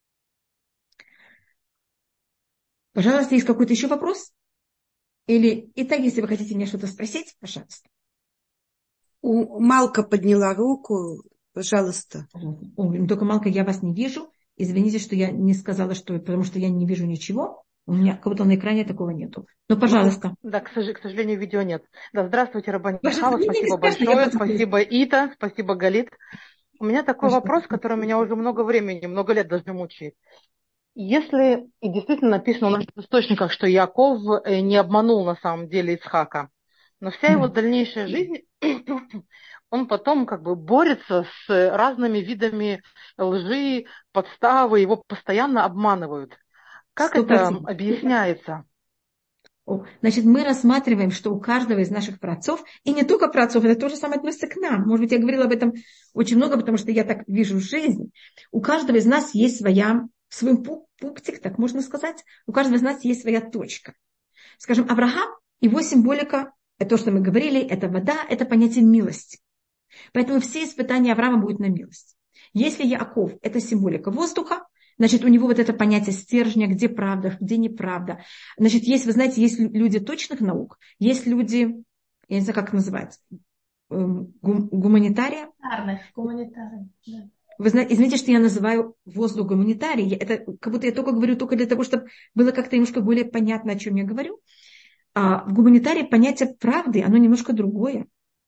Пожалуйста, есть какой-то еще вопрос? Или и так, если вы хотите мне что-то спросить, пожалуйста. Малка подняла руку. Пожалуйста. Только, Малка, я вас не вижу. Извините, что я не сказала, что потому что я не вижу ничего. У меня как будто на экране такого нету. Но, пожалуйста. Да, к сожалению, видео нет. Да, здравствуйте, Рабанит Хава, спасибо большое. Спасибо, Ита, спасибо, Галит. У меня такой вопрос, который меня уже много лет даже мучает. Если и действительно написано в наших источниках, что Яков не обманул на самом деле Ицхака, но вся его дальнейшая жизнь, он потом как бы борется с разными видами лжи, подставы, его постоянно обманывают. Как 100%. Это объясняется? Значит, мы рассматриваем, что у каждого из наших праотцов, и не только праотцов, это то же самое относится к нам. Может быть, я говорила об этом очень много, потому что я так вижу жизнь. У каждого из нас есть свой пунктик, так можно сказать. У каждого из нас есть своя точка. Скажем, Авраам, его символика, это то, что мы говорили, это вода, это понятие милости. Поэтому все испытания Авраама будут на милость. Если Яков – это символика воздуха, значит, у него вот это понятие стержня, где правда, где неправда. Значит, вы знаете, есть люди точных наук, есть люди, я не знаю, как это называется, гуманитария. Гуманитария, да. Вы знаете, извините, что я называю воздух гуманитарией. Это как будто я говорю только для того, чтобы было как-то немножко более понятно, о чем я говорю. А в гуманитарии понятие правды, оно немножко другое.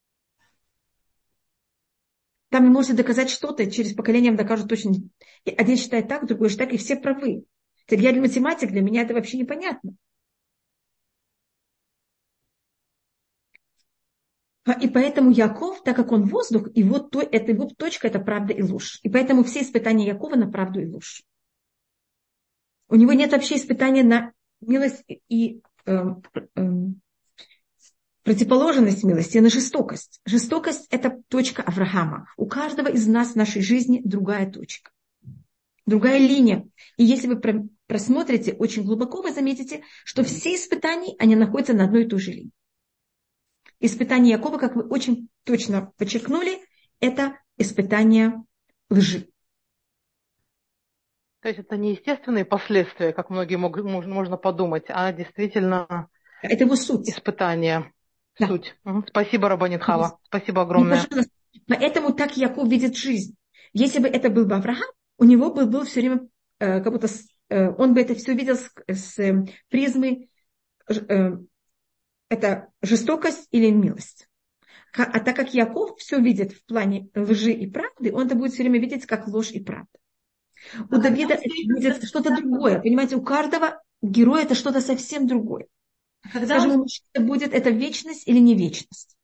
Там вы можете доказать что-то, через поколение вам докажут точно. Один считает так, другой считает так, и все правы. Я математик, для меня это вообще непонятно. И поэтому Яков, так как он воздух, его точка – это правда и ложь. И поэтому все испытания Якова на правду и ложь. У него нет вообще испытания на милость и противоположность милости, на жестокость. Жестокость – это точка Авраама. У каждого из нас в нашей жизни другая точка, другая линия. И если вы просмотрите очень глубоко, вы заметите, что все испытания, они находятся на одной и той же линии. Испытание Якова, как вы очень точно подчеркнули, это испытание лжи. То есть это не естественные последствия, как многие можно подумать, а действительно Это его суть. испытание, Да. суть. Спасибо, Рабанит Хава. Спасибо Ну, огромное. пожалуйста. Поэтому так Яков видит жизнь. Если бы это был бы Авраам, у него бы был все время, как будто он бы это все видел с призмы, это жестокость или милость. А так как Яков все видит в плане лжи и правды, он это будет все время видеть как ложь и правда. У Давида это будет что-то другое. Понимаете, у каждого героя это что-то совсем другое. Скажем, у мужчины будет это вечность или не вечность.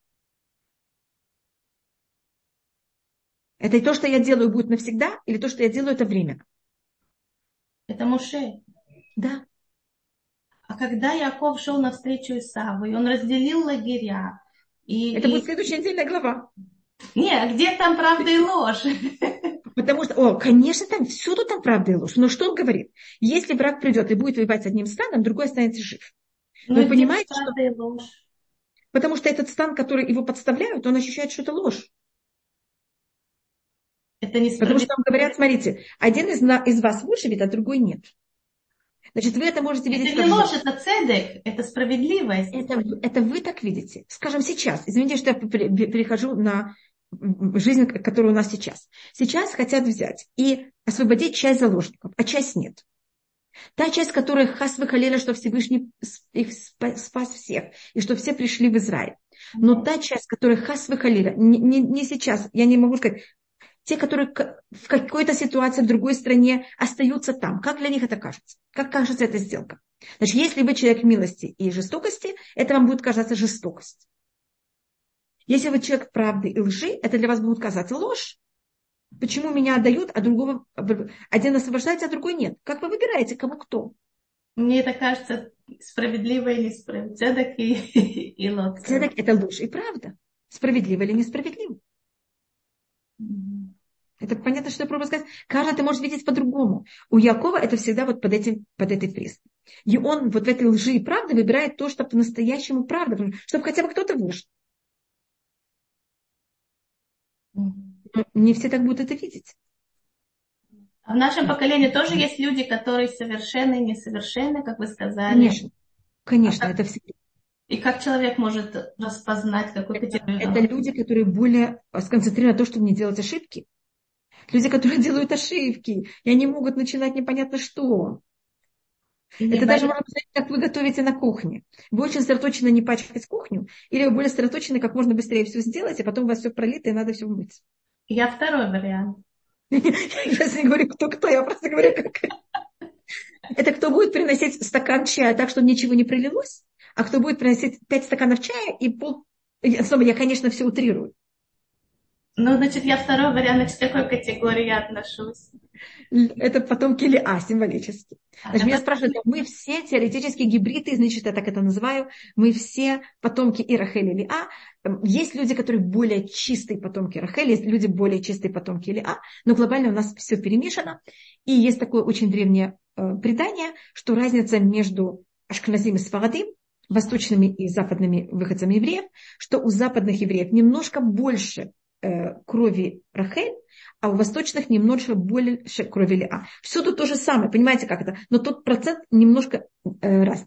Это и то, что я делаю, будет навсегда, или то, что я делаю, это временно. Это Моше. Да. А когда Яков шел навстречу Исаву, и он разделил лагеря. Это будет следующая недельная глава. Не, где там правда и ложь? Потому что, конечно, там всюду там правда и ложь. Но что он говорит? Если враг придет и будет воевать с одним станом, другой останется жив. Вы понимаете, что... И ложь? Потому что этот стан, который его подставляют, он ощущает, что это ложь. Это не Потому что вам говорят, смотрите, один из вас выживет, а другой нет. Значит, вы это можете видеть. Это не ложь, это цедек, это справедливость. Это вы так видите. Скажем, сейчас. Извините, что я перехожу на жизнь, которая у нас сейчас. Сейчас хотят взять и освободить часть заложников, а часть нет. Та часть, которая хас выхалила, что Всевышний их спас всех, и что все пришли в Израиль. Но та часть, которая хас выхалила, не сейчас, я не могу сказать, те, которые в какой-то ситуации в другой стране остаются там. Как для них это кажется? Как кажется эта сделка? Значит, если вы человек милости и жестокости, это вам будет казаться жестокость. Если вы человек правды и лжи, это для вас будет казаться ложь. Почему меня отдают, а другого один освобождается, а другой нет? Как вы выбираете, кому кто? Мне это кажется справедливо или несправедливо. Цедек и ложь. Цедек – это ложь и правда. Справедливо или несправедливо. Это понятно, что я пробую сказать. Каждый ты можешь видеть по-другому. У Якова это всегда вот под этой призмой. И он вот в этой лжи и правде выбирает то, что по-настоящему правда, чтобы хотя бы кто-то выжил. Не все так будут это видеть. А в нашем поколении тоже есть люди, которые совершенны и несовершенны, как вы сказали. Конечно. Конечно, это всегда. И как человек может распознать, какой категорию? Это люди, которые более сконцентрированы на том, чтобы не делать ошибки. Люди, которые делают ошибки, и они могут начинать непонятно что. Это даже можно посмотреть, как вы готовите на кухне. Вы очень сосредоточены не пачкать кухню, или вы более сосредоточены как можно быстрее все сделать, а потом у вас все пролито, и надо все умыть. Я второй вариант. Я сейчас не говорю, кто, я просто говорю, как. Это кто будет приносить стакан чая так, чтобы ничего не пролилось, а кто будет приносить 5 стаканов чая и пол... Я, конечно, все утрирую. Ну, значит, я второй вариант, значит, к какой категории я отношусь? Это потомки Леа символически. Значит, меня спрашивают, мы все теоретически гибриды, значит, я так это называю, мы все потомки и Рахель, и Леа. Есть люди, которые более чистые потомки Рахель, есть люди более чистые потомки Леа, но глобально у нас все перемешано. И есть такое очень древнее предание, что разница между Ашкеназим и Сфарадим, восточными и западными выходцами евреев, что у западных евреев немножко больше крови Рахель, а у восточных немножко больше крови Леа. Все тут то же самое, понимаете, как это? Но тот процент немножко разный.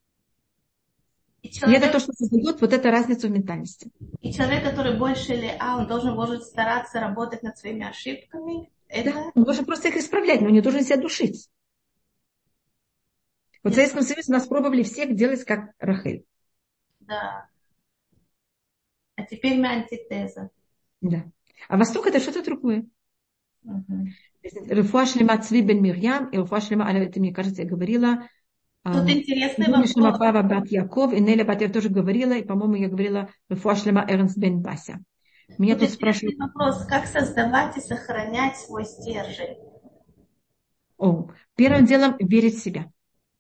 И это то, что создает вот эту разницу в ментальности. И человек, который больше Леа, он должен, может, стараться работать над своими ошибками. Да, он должен просто их исправлять, но не должен себя душить. Вот в Советском Союзе нас пробовали всех делать как Рахель. Да. А теперь мы антитеза. Да. А Восток это что-то другое. Рефуа шлема Цви бен Мирьям и рефуа шлема, это, мне кажется, я говорила. Тут интересный вопрос. Пава бат Яков, и Неля бат я тоже говорила, и, по-моему, я говорила рефуа шлема Эрнст бен Бася. Меня тут спрашивают. Вопрос, как создавать и сохранять свой стержень? Первым делом верить в себя.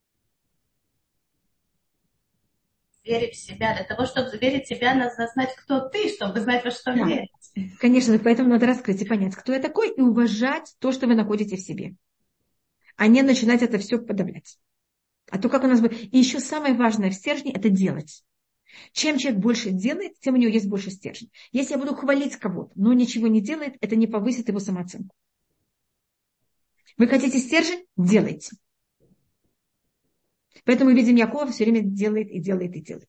Верить в себя. Для того, чтобы верить в себя, надо знать, кто ты, чтобы знать, во что верить. Конечно, поэтому надо раскрыть и понять, кто я такой, и уважать то, что вы находите в себе. А не начинать это все подавлять. А то, как у нас будет... И еще самое важное в стержне – это делать. Чем человек больше делает, тем у него есть больше стержня. Если я буду хвалить кого-то, но ничего не делает, это не повысит его самооценку. Вы хотите стержень? Делайте. Поэтому мы видим, Якова все время делает и делает и делает.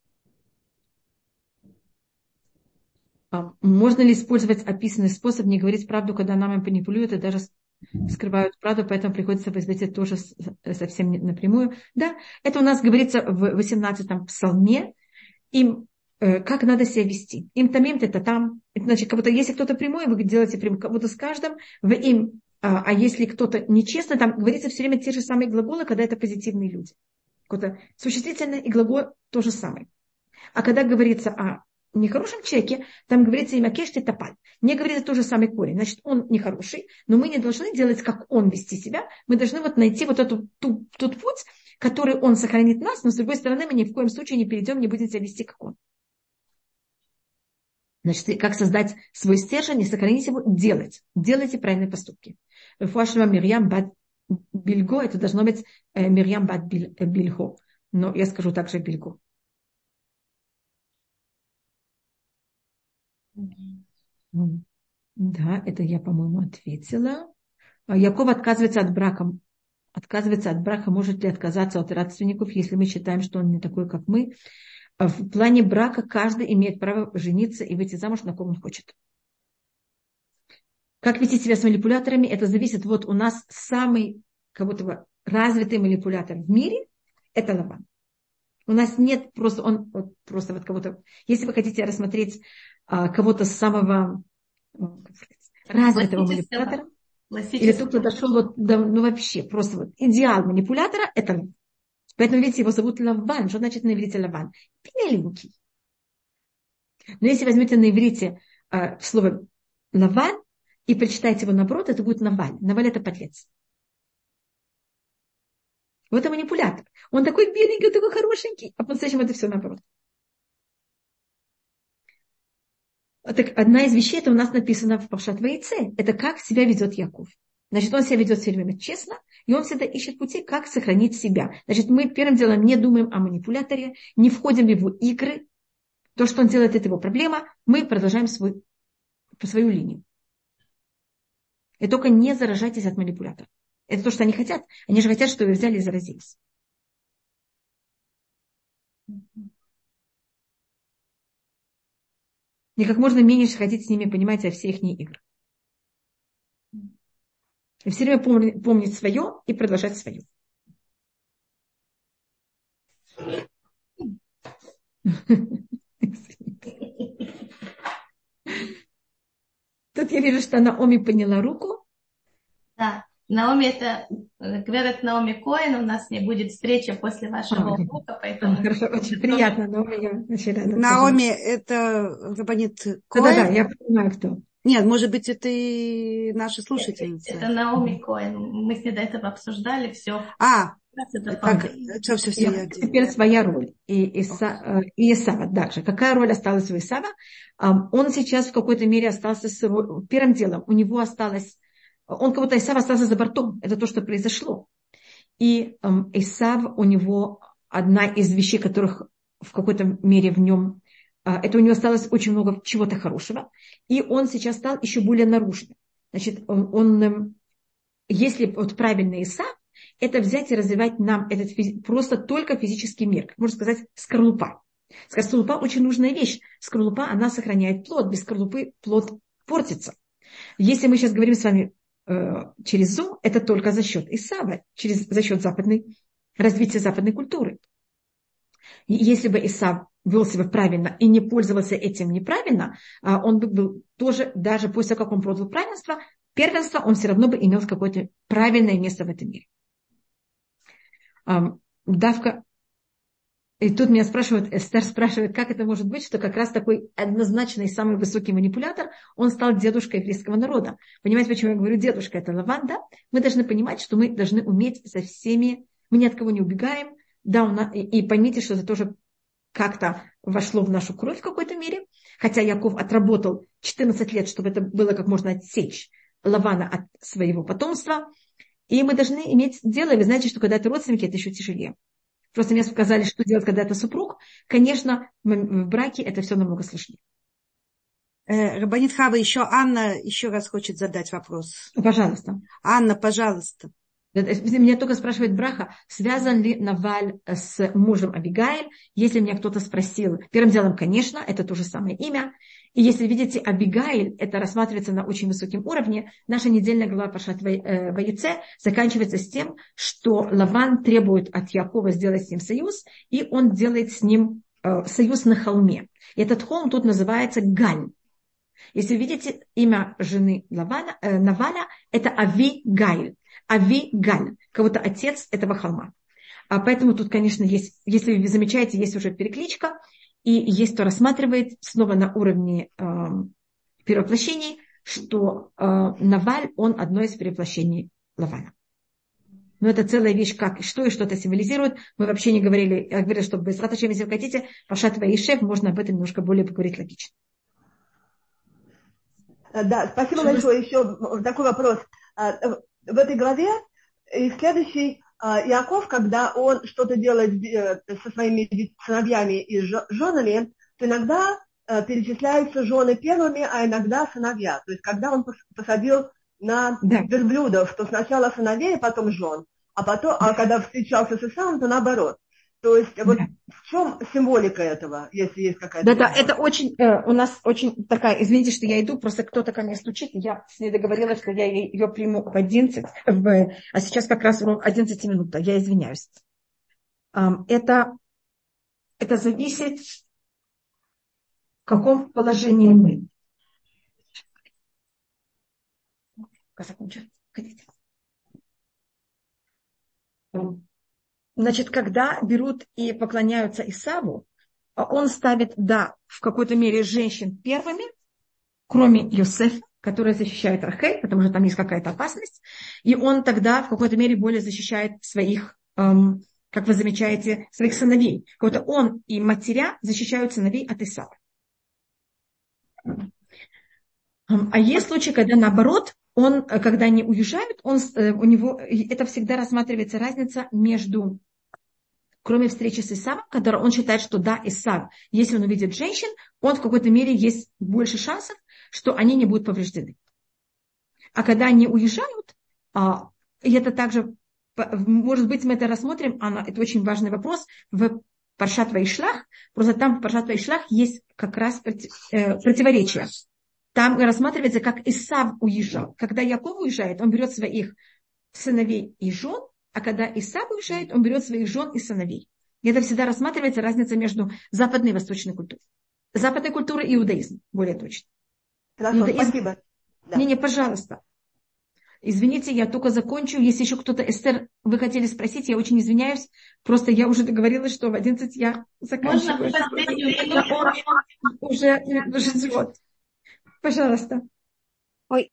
Можно ли использовать описанный способ не говорить правду, когда нами манипулируют и даже скрывают правду, поэтому приходится возвестить тоже совсем напрямую? Да, это у нас говорится в 18-м псалме. Им как надо себя вести. Им тамим, это там. Это значит, как будто если кто-то прямой, вы делаете прямой, как будто с каждым, вы им. А если кто-то нечестно, там говорится все время те же самые глаголы, когда это позитивные люди. Какое-то существительное и глагол то же самое. А когда говорится о нехорошем человеке, там говорится имя кешти топаль. Не говорится тот же самый корень. Значит, он нехороший, но мы не должны делать, как он вести себя. Мы должны вот найти вот тот путь, который он сохранит нас, но с другой стороны мы ни в коем случае не перейдем, не будем себя вести, как он. Значит, как создать свой стержень и сохранить его? Делать. Делайте правильные поступки. Фуашлама Мирьям бат Бильго, это должно быть Мирьям бат Бильго. Но я скажу также Бильго. Да, это я, по-моему, ответила. Яков отказывается от брака. Отказывается от брака, может ли отказаться от родственников, если мы считаем, что он не такой, как мы. В плане брака каждый имеет право жениться и выйти замуж, на ком он хочет. Как вести себя с манипуляторами, это зависит. Вот у нас самый как будто бы развитый манипулятор в мире – это Лаван. У нас нет просто, он вот, просто вот кого-то, если вы хотите рассмотреть кого-то самого развитого манипулятора, или тот, кто дошел вот, ну вообще, просто вот идеал манипулятора – это Лаван. Поэтому, видите, его зовут Лаван. Что значит на иврите Лаван? Беленький. Но если возьмете на иврите слово Лаван и прочитаете его наоборот, это будет Наваль. Наваль – это подлец. Вот это манипулятор. Он такой беленький, он такой хорошенький, а по-настоящему это все наоборот. Так одна из вещей, это у нас написано в Паршат Ваице. Это как себя ведет Яков. Значит, он себя ведет все время честно, и он всегда ищет пути, как сохранить себя. Значит, мы первым делом не думаем о манипуляторе, не входим в его игры. То, что он делает, это его проблема. Мы продолжаем свою линию. И только не заражайтесь от манипулятора. Это то, что они хотят. Они же хотят, чтобы вы взяли и заразились. И как можно меньше хотите с ними понимать о всех их играх. И все время помнить свое и продолжать свое. Тут я вижу, что Наоми подняла руку. Да, Наоми это, говорят Наоми Коэн, у нас не будет встреча после вашего урока, поэтому... Хорошо, очень приятно, Наоми. Наоми это Рабанит Коэн? Да, я понимаю, кто. Нет, может быть, это и наша слушательница. Это Наоми Коэн, мы с ней до этого обсуждали все. Теперь своя роль. И Исава также. Какая роль осталась у Исава? Он сейчас в какой-то мере остался с первым делом. У него осталось... Он как будто Исав остался за бортом. Это то, что произошло. И Исав, у него одна из вещей, которых в какой-то мере в нем... Это у него осталось очень много чего-то хорошего. И он сейчас стал еще более наружным. Значит, если вот правильный Исав, это взять и развивать нам этот просто только физический мир. Как можно сказать, скорлупа. Скорлупа очень нужная вещь. Скорлупа, она сохраняет плод. Без скорлупы плод портится. Если мы сейчас говорим с вами через Zoom, это только за счет Исава, за счет развития западной культуры. И если бы Исав вел себя правильно и не пользовался этим неправильно, он бы был тоже, даже после того, как он продал первенство, он все равно бы имел какое-то правильное место в этом мире. Давка. И тут меня спрашивают, Эстер спрашивает, как это может быть, что как раз такой однозначный самый высокий манипулятор, он стал дедушкой еврейского народа. Понимаете, почему я говорю дедушка? Это Лаван, да? Мы должны понимать, что мы должны уметь со всеми, мы ни от кого не убегаем, да, и поймите, что это тоже как-то вошло в нашу кровь в какой-то мере, хотя Яков отработал 14 лет, чтобы это было как можно отсечь Лавана от своего потомства, и мы должны иметь дело, и вы знаете, что когда это родственники, это еще тяжелее. Просто мне сказали, что делать, когда это супруг. Конечно, в браке это все намного сложнее. Рабанит Хава, еще Анна еще раз хочет задать вопрос. Пожалуйста. Анна, пожалуйста. Меня только спрашивает Браха, связан ли Наваль с мужем Абигайль. Если меня кто-то спросил, первым делом, конечно, это то же самое имя. И если видите, Абигайль, это рассматривается на очень высоком уровне. Наша недельная глава Паршат Ваеце заканчивается с тем, что Лаван требует от Якова сделать с ним союз, и он делает с ним союз на холме. И этот холм тут называется Галь. Если видите, имя жены Наваля, это Авигайль. Авигаль, кого-то отец этого холма. Поэтому тут, конечно, есть, если вы замечаете, есть уже перекличка, и есть, кто рассматривает снова на уровне перевоплощений, что Наваль, он одно из перевоплощений Лавана. Но это целая вещь, как что и что это символизирует. Мы вообще не говорили, я говорила, что без раташем, если вы хотите, Паршат Ваишев, можно об этом немножко более поговорить логично. Да, спасибо большое. Еще такой вопрос. В этой главе и следующий Иаков, когда он что-то делает со своими сыновьями и женами, то иногда перечисляются жены первыми, а иногда сыновья. То есть когда он посадил на верблюдов, то сначала сыновей, потом жен, а когда встречался с Исавом, то наоборот. То есть вот в чем символика этого, если есть какая-то... Да, это очень, у нас очень такая, извините, что я иду, просто кто-то ко мне стучит, я с ней договорилась, что я ее приму в 11, а сейчас как раз 11 минут, я извиняюсь. Это зависит, в каком положении мы. Значит, когда берут и поклоняются Исаву, он ставит, в какой-то мере женщин первыми, кроме Йосефа, который защищает Рахель, потому что там есть какая-то опасность, и он тогда в какой-то мере более защищает своих, как вы замечаете, своих сыновей. Какой-то он и матеря защищают сыновей от Исава. А есть случаи, когда наоборот, он, когда они уезжают, у него, это всегда рассматривается разница между, кроме встречи с Исавом, когда он считает, что Исав, если он увидит женщин, он в какой-то мере есть больше шансов, что они не будут повреждены. А когда они уезжают, и это также, может быть, мы это рассмотрим, это очень важный вопрос, в Паршат Ваишлах, просто там в Паршат Ваишлах есть как раз противоречие. Там рассматривается, как Исав уезжал. Когда Яков уезжает, он берет своих сыновей и жен, а когда Исав уезжает, он берет своих жен и сыновей. И это всегда рассматривается разница между западной и восточной культурой. Западная культура и иудаизм, более точно. Хорошо, спасибо. Да. Не, пожалуйста. Извините, я только закончу. Если еще кто-то, Эстер, вы хотели спросить, я очень извиняюсь. Просто я уже договорилась, что в 11 я заканчиваю. Можно уже ждет. Пожалуйста. Ой.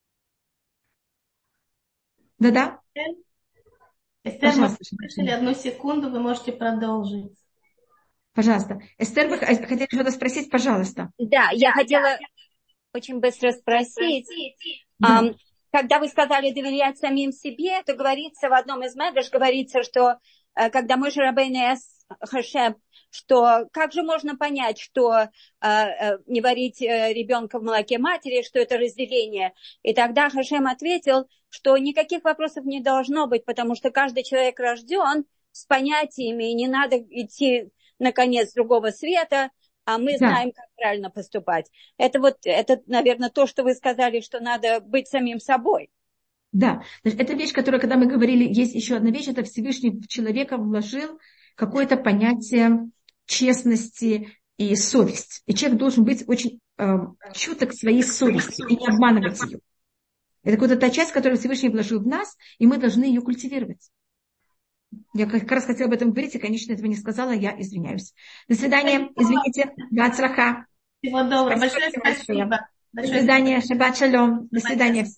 Да-да? Эстер, мы слышали 1 секунду, вы можете продолжить. Пожалуйста. Эстер, вы хотели что-то спросить? Пожалуйста. Да, я хотела очень быстро спросить. Да. Когда вы сказали доверять самим себе, то говорится в одном из медреш, говорится, что когда Моше Рабейну Хашем, что как же можно понять, что не варить ребенка в молоке матери, что это разделение. И тогда Хашем ответил, что никаких вопросов не должно быть, потому что каждый человек рожден с понятиями, и не надо идти на конец другого света, а мы знаем, как правильно поступать. Это, наверное, то, что вы сказали, что надо быть самим собой. Да, это вещь, которая, когда мы говорили, есть еще одна вещь, это Всевышний в человека вложил какое-то понятие честности и совесть. И человек должен быть очень чуток к своей совести и не обманывать ее. Это какая-то та часть, которую Всевышний вложил в нас, и мы должны ее культивировать. Я как раз хотела об этом говорить, и, конечно, этого не сказала, я извиняюсь. До свидания, извините, бацлаха. Всего доброго, большое спасибо. До свидания, шаббат шалом, до свидания.